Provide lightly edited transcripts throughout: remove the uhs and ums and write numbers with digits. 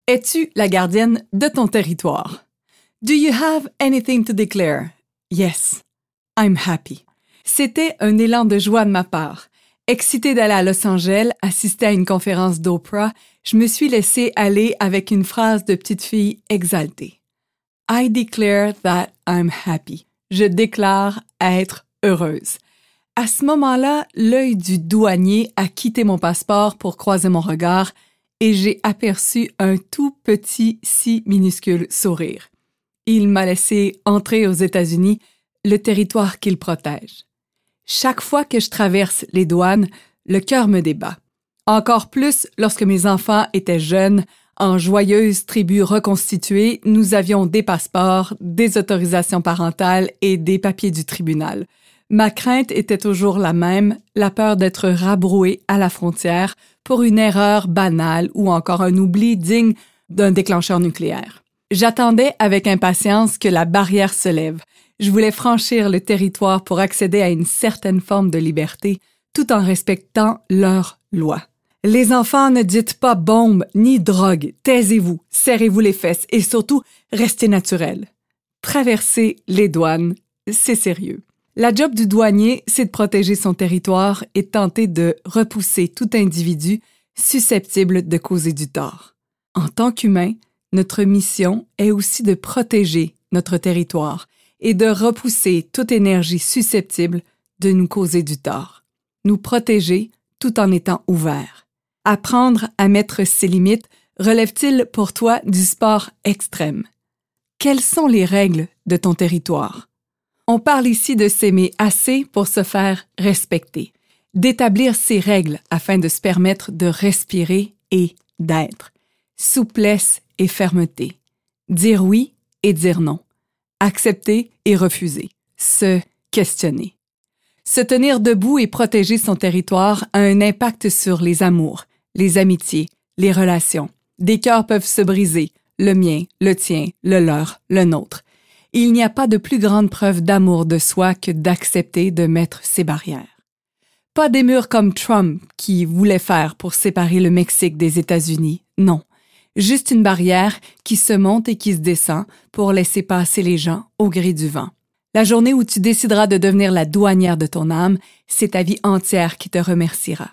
Es-tu la gardienne de ton territoire? Do you have anything to declare? Yes, I'm happy. C'était un élan de joie de ma part. Excitée d'aller à Los Angeles, assister à une conférence d'Oprah, je me suis laissée aller avec une phrase de petite fille exaltée. I declare that I'm happy. Je déclare être heureuse. À ce moment-là, l'œil du douanier a quitté mon passeport pour croiser mon regard et j'ai aperçu un tout petit, si minuscule sourire. Il m'a laissé entrer aux États-Unis, le territoire qu'il protège. Chaque fois que je traverse les douanes, le cœur me débat. Encore plus lorsque mes enfants étaient jeunes, en joyeuse tribu reconstituée, nous avions des passeports, des autorisations parentales et des papiers du tribunal. Ma crainte était toujours la même, la peur d'être rabrouée à la frontière pour une erreur banale ou encore un oubli digne d'un déclencheur nucléaire. J'attendais avec impatience que la barrière se lève. Je voulais franchir le territoire pour accéder à une certaine forme de liberté, tout en respectant leurs lois. Les enfants, ne dites pas bombe ni drogue, taisez-vous, serrez-vous les fesses et surtout, restez naturels. Traverser les douanes, c'est sérieux. La job du douanier, c'est de protéger son territoire et tenter de repousser tout individu susceptible de causer du tort. En tant qu'humain, notre mission est aussi de protéger notre territoire et de repousser toute énergie susceptible de nous causer du tort. Nous protéger tout en étant ouverts. Apprendre à mettre ses limites relève-t-il pour toi du sport extrême? Quelles sont les règles de ton territoire? On parle ici de s'aimer assez pour se faire respecter, d'établir ses règles afin de se permettre de respirer et d'être. Souplesse et fermeté. Dire oui et dire non. Accepter et refuser. Se questionner. Se tenir debout et protéger son territoire a un impact sur les amours, les amitiés, les relations. Des cœurs peuvent se briser, le mien, le tien, le leur, le nôtre. Il n'y a pas de plus grande preuve d'amour de soi que d'accepter de mettre ses barrières. Pas des murs comme Trump qui voulait faire pour séparer le Mexique des États-Unis, non. Juste une barrière qui se monte et qui se descend pour laisser passer les gens au gré du vent. La journée où tu décideras de devenir la douanière de ton âme, c'est ta vie entière qui te remerciera.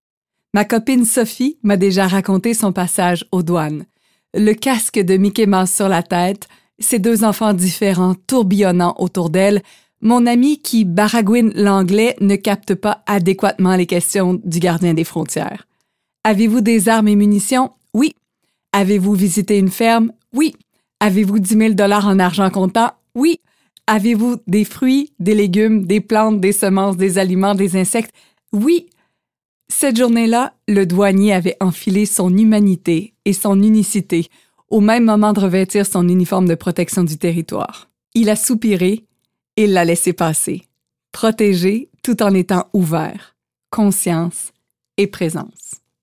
Ma copine Sophie m'a déjà raconté son passage aux douanes. Le casque de Mickey Mouse sur la tête, ses deux enfants différents tourbillonnant autour d'elle, mon ami qui baragouine l'anglais ne capte pas adéquatement les questions du gardien des frontières. Avez-vous des armes et munitions? Oui. Avez-vous visité une ferme? Oui. Avez-vous 10 000 $ en argent comptant? Oui. Avez-vous des fruits, des légumes, des plantes, des semences, des aliments, des insectes? Oui. Cette journée-là, le douanier avait enfilé son humanité et son unicité au même moment de revêtir son uniforme de protection du territoire. Il a soupiré et l'a laissé passer. Protégé tout en étant ouvert. Conscience et présence.